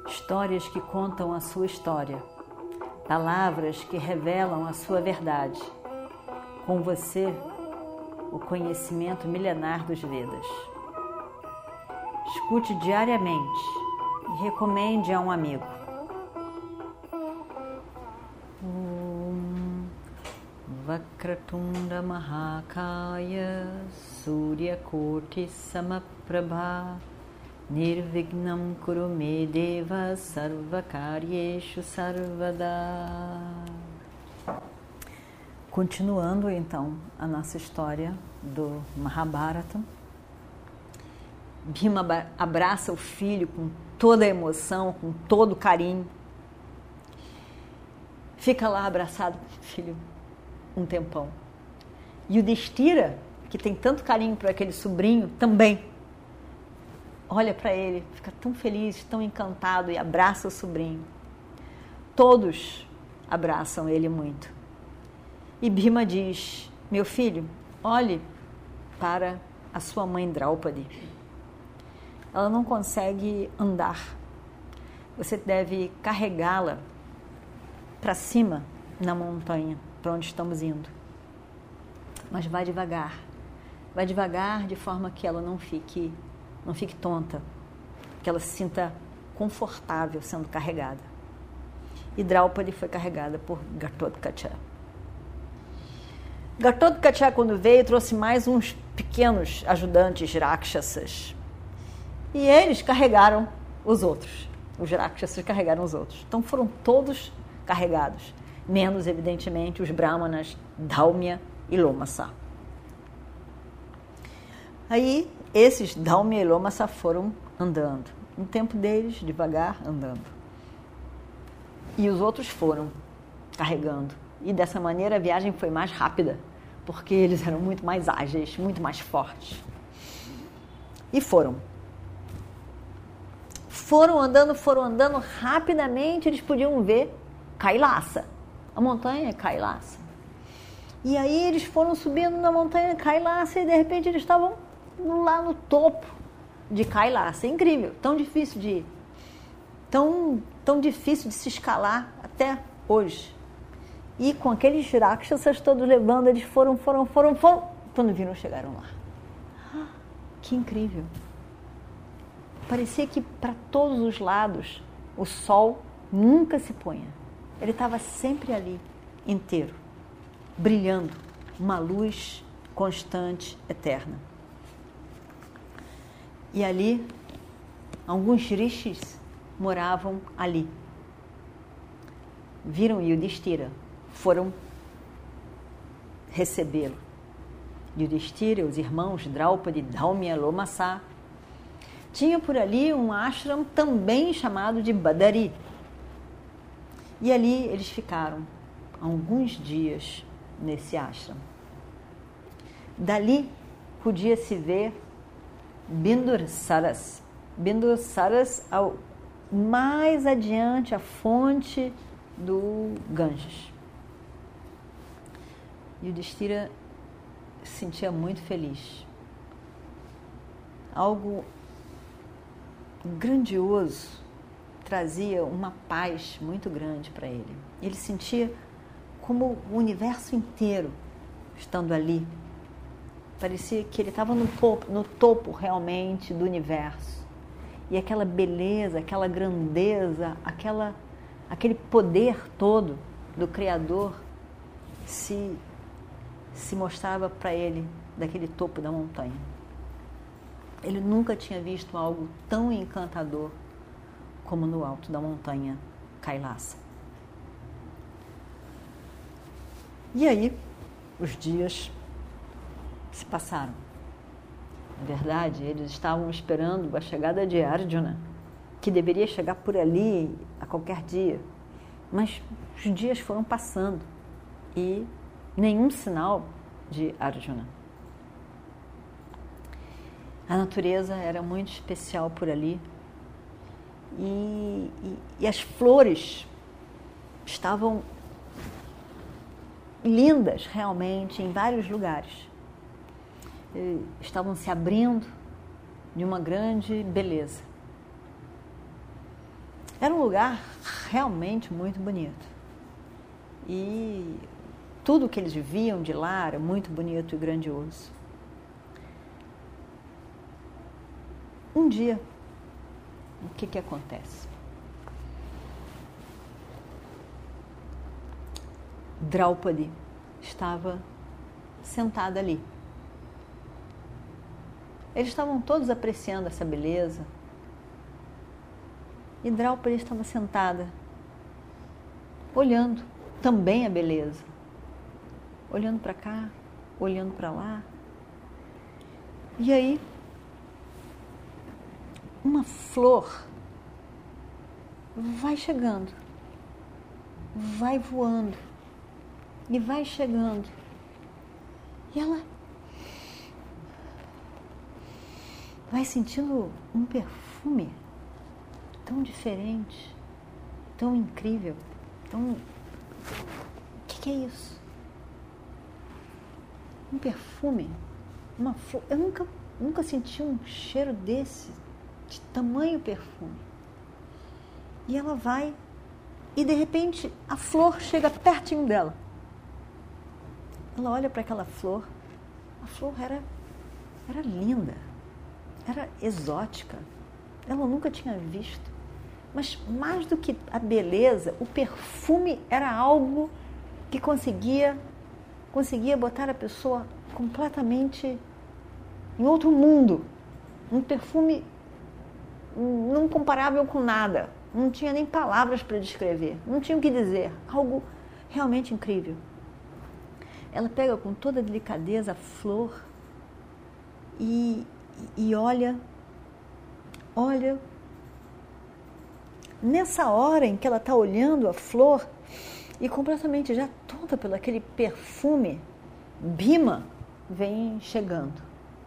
histórias que contam a sua história, palavras que revelam a sua verdade. Com você, o conhecimento milenar dos Vedas. Escute diariamente e recomende a um amigo. Om Vakratunda Mahakaya Suryakoti Samaprabha Nirvignam Kurume Deva Sarvakaryeshu Sarvada. Continuando então a nossa história do Mahabharata, Bhima abraça o filho com toda a emoção, com todo o carinho. Fica lá abraçado com o filho um tempão. E o Yudhishthira, que tem tanto carinho por aquele sobrinho, também olha para ele, fica tão feliz, tão encantado e abraça o sobrinho. Todos abraçam ele muito. E Bhima diz: meu filho, olhe para a sua mãe Draupadi. Ela não consegue andar. Você deve carregá-la para cima na montanha, para onde estamos indo. Mas vai devagar. Vai devagar de forma que ela não fique tonta, que ela se sinta confortável sendo carregada. E Draupadi foi carregada por Ghatotkacha. Ghatotkacha, quando veio, trouxe mais uns pequenos ajudantes Rakshasas. E eles carregaram os outros. Os Rakshasas carregaram os outros. Então foram todos carregados. Menos, evidentemente, os Brahmanas Dhaumya e Lomasa. Aí, esses Dhaumya e Lomasa foram andando. No tempo deles, devagar, andando. E os outros foram carregando. E dessa maneira a viagem foi mais rápida, porque eles eram muito mais ágeis, muito mais fortes. E foram andando rapidamente, eles podiam ver Kailasa. A montanha é Kailasa. E aí eles foram subindo na montanha Kailasa e de repente eles estavam lá no topo de Kailasa. É incrível, tão difícil de ir. Tão difícil de se escalar até hoje. E com aqueles Rakshasas todos levando, eles foram. Quando viram, chegaram lá. Que incrível. Parecia que para todos os lados o sol nunca se punha. Ele estava sempre ali, inteiro, brilhando, uma luz constante, eterna. E ali, alguns rishis moravam ali. Viram Yudhishthira, foram recebê-lo. Yudhishthira, os irmãos Draupadi, Dhaumya, Lomasa, tinha por ali um ashram também chamado de Badari. E ali eles ficaram alguns dias nesse ashram. Dali podia-se ver Bindussaras. Bindussaras ao mais adiante, a fonte do Ganges. E o Yudhishthira se sentia muito feliz. Algo grandioso trazia uma paz muito grande para ele. Ele sentia como o universo inteiro estando ali. Parecia que ele estava no topo realmente do universo. E aquela beleza, aquela grandeza, aquele poder todo do Criador se mostrava para ele daquele topo da montanha. Ele nunca tinha visto algo tão encantador como no alto da montanha Kailasa. E aí, os dias se passaram. Na verdade, eles estavam esperando a chegada de Arjuna, que deveria chegar por ali a qualquer dia. Mas os dias foram passando e nenhum sinal de Arjuna. A natureza era muito especial por ali e as flores estavam lindas realmente em vários lugares. Estavam se abrindo de uma grande beleza. Era um lugar realmente muito bonito. E tudo que eles viam de lá era muito bonito e grandioso. Um dia, o que acontece? Draupadi estava sentada ali. Eles estavam todos apreciando essa beleza. E Draupadi estava sentada, olhando também a beleza. Olhando para cá, olhando para lá. E aí, uma flor vai chegando, vai voando e vai chegando. E ela vai sentindo um perfume tão diferente, tão incrível, tão... O que é isso? Um perfume, uma flor. Eu nunca senti um cheiro desse, de tamanho perfume. E ela vai, e de repente a flor chega pertinho dela. Ela olha para aquela flor, a flor era linda, era exótica, ela nunca tinha visto. Mas mais do que a beleza, o perfume era algo que conseguia botar a pessoa completamente em outro mundo. Um perfume não comparável com nada. Não tinha nem palavras para descrever. Não tinha o que dizer. Algo realmente incrível. Ela pega com toda a delicadeza a flor e olha. Nessa hora em que ela está olhando a flor e completamente já tonta pelo aquele perfume, Bhima vem chegando.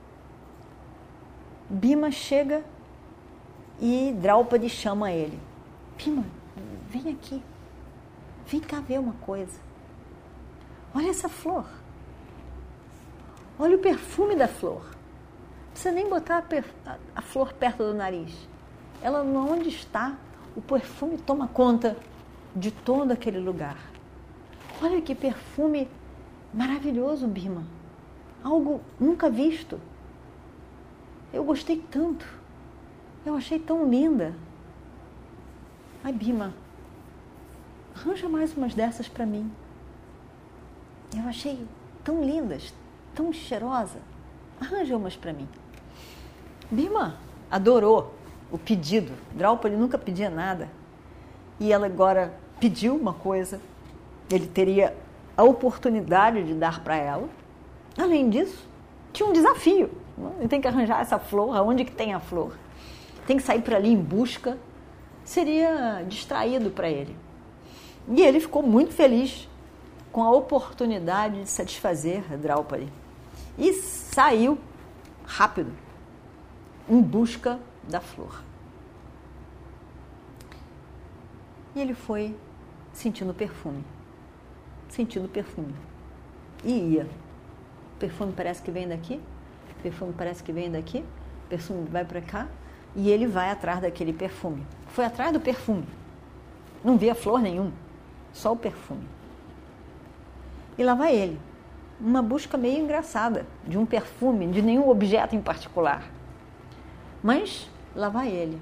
Bhima chega e Draupadi chama ele. Bhima, vem aqui. Vem cá ver uma coisa. Olha essa flor. Olha o perfume da flor. Não precisa nem botar a flor perto do nariz. Ela, onde está, o perfume toma conta de todo aquele lugar. Olha que perfume maravilhoso, Bhima. Algo nunca visto. Eu gostei tanto. Eu achei tão linda. Ai, Bhima, arranja mais umas dessas para mim. Eu achei tão lindas, tão cheirosa. Arranja umas para mim. Bhima adorou o pedido. Draupadi nunca pedia nada. E ela agora pediu uma coisa. Ele teria a oportunidade de dar para ela. Além disso, tinha um desafio. Ele tem que arranjar essa flor. Aonde que tem a flor? Tem que sair para ali em busca. Seria distraído para ele. E ele ficou muito feliz com a oportunidade de satisfazer Draupadi. E saiu rápido em busca da flor. E ele foi sentindo o perfume. E ia. O perfume parece que vem daqui, o perfume parece que vem daqui, o perfume vai para cá, e ele vai atrás daquele perfume. Foi atrás do perfume. Não via flor nenhuma, só o perfume. E lá vai ele. Uma busca meio engraçada de um perfume, de nenhum objeto em particular. Mas lá vai ele.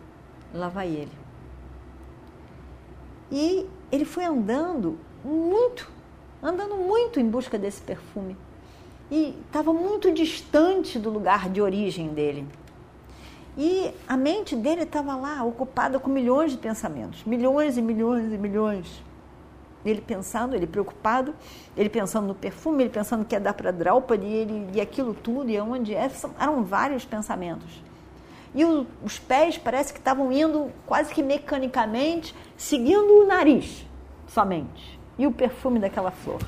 E ele foi andando muito em busca desse perfume. E estava muito distante do lugar de origem dele. E a mente dele estava lá, ocupada com milhões de pensamentos. Milhões e milhões e milhões. Ele pensando, ele preocupado, ele pensando no perfume, ele pensando que ia dar para Draupadi, e aquilo tudo, e onde eram vários pensamentos. E os pés parece que estavam indo quase que mecanicamente, seguindo o nariz somente. E o perfume daquela flor.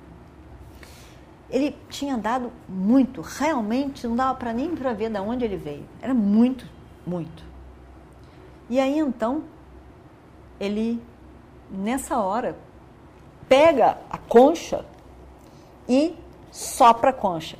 Ele tinha andado muito, realmente não dava nem para ver de onde ele veio. Era muito, muito. E aí então, ele, nessa hora, pega a concha e sopra a concha.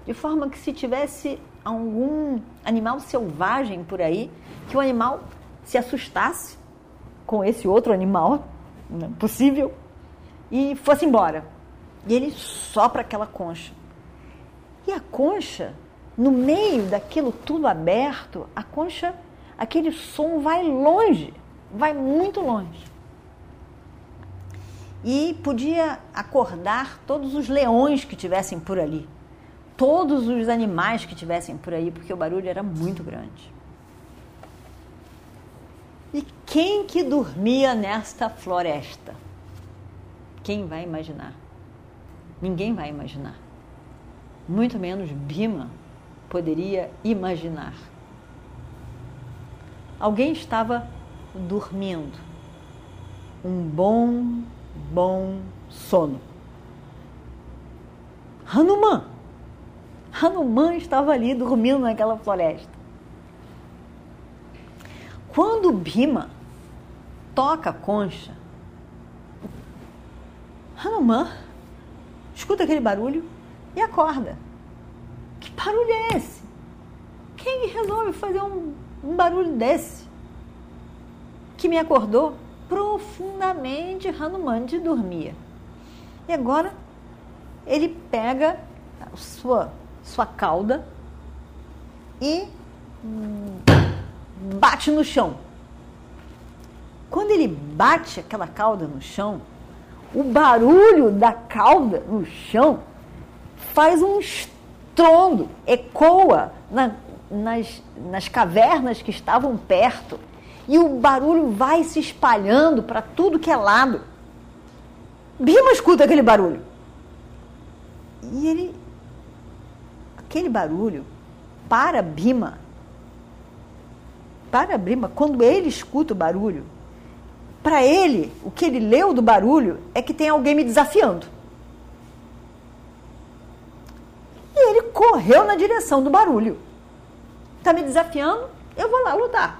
de forma que se tivesse algum animal selvagem por aí, que o animal se assustasse com esse outro animal, né, possível, e fosse embora. E ele sopra aquela concha. E a concha, no meio daquilo tudo aberto, a concha, aquele som vai longe, vai muito longe. E podia acordar todos os leões que tivessem por ali, todos os animais que tivessem por aí, porque o barulho era muito grande. E quem que dormia nesta floresta? Quem vai imaginar? Ninguém vai imaginar. Muito menos Bhima poderia imaginar. Alguém estava dormindo. Um bom sono. Hanuman estava ali dormindo naquela floresta. Quando Bhima toca a concha, Hanuman escuta aquele barulho e acorda. Que barulho é esse? Quem resolve fazer um barulho desse? Que me acordou profundamente. Hanuman dormia. E agora ele pega a sua cauda e bate no chão. Quando ele bate aquela cauda no chão, o barulho da cauda no chão faz um estrondo, ecoa nas cavernas que estavam perto, e o barulho vai se espalhando para tudo que é lado. Bhima escuta aquele barulho. E aquele barulho, para Bhima, quando ele escuta o barulho, para ele, o que ele leu do barulho é que tem alguém me desafiando. E ele correu na direção do barulho. Está me desafiando? Eu vou lá lutar.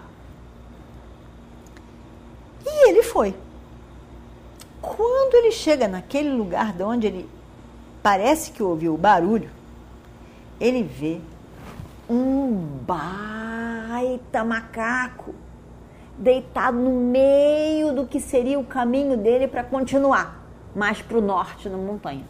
E ele foi. Quando ele chega naquele lugar de onde ele parece que ouviu o barulho, ele vê um baita macaco deitado no meio do que seria o caminho dele para continuar mais para o norte na montanha.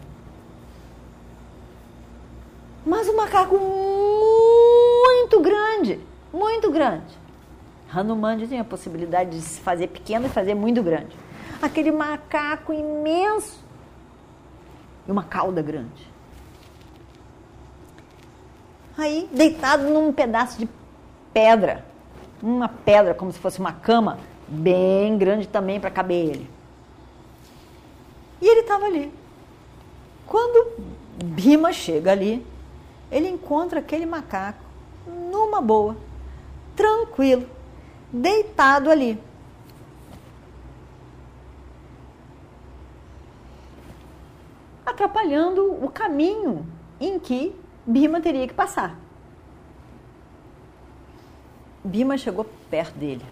Mas um macaco muito grande, muito grande. Hanuman tinha a possibilidade de se fazer pequeno e fazer muito grande. Aquele macaco imenso e uma cauda grande. Aí, deitado num pedaço de pedra, uma pedra como se fosse uma cama, bem grande também para caber ele. E ele estava ali. Quando Bhima chega ali, ele encontra aquele macaco numa boa, tranquilo, deitado ali. Atrapalhando o caminho em que Bhima teria que passar. Bhima chegou perto dele.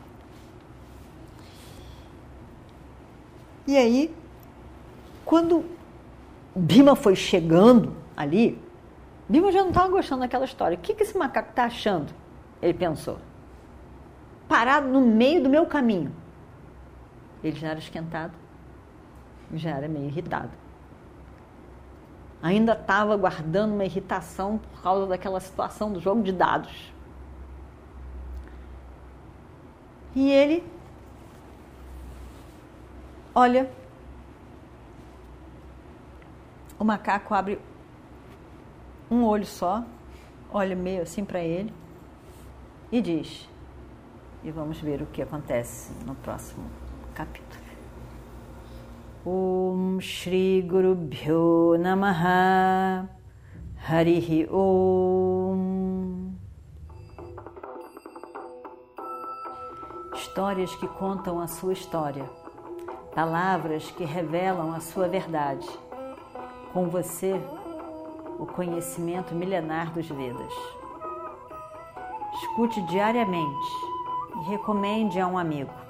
E aí, quando Bhima foi chegando ali, Bhima já não estava gostando daquela história. O que esse macaco está achando? Ele pensou. Parado no meio do meu caminho. Ele já era esquentado, já era meio irritado. Ainda estava guardando uma irritação por causa daquela situação do jogo de dados. E ele olha, o macaco abre um olho só, olha meio assim para ele e diz, e vamos ver o que acontece no próximo capítulo. Om Shri Guru Bhyo Namaha Harihi Om. Histórias que contam a sua história, palavras que revelam a sua verdade. Com você, o conhecimento milenar dos Vedas. Escute diariamente e recomende a um amigo.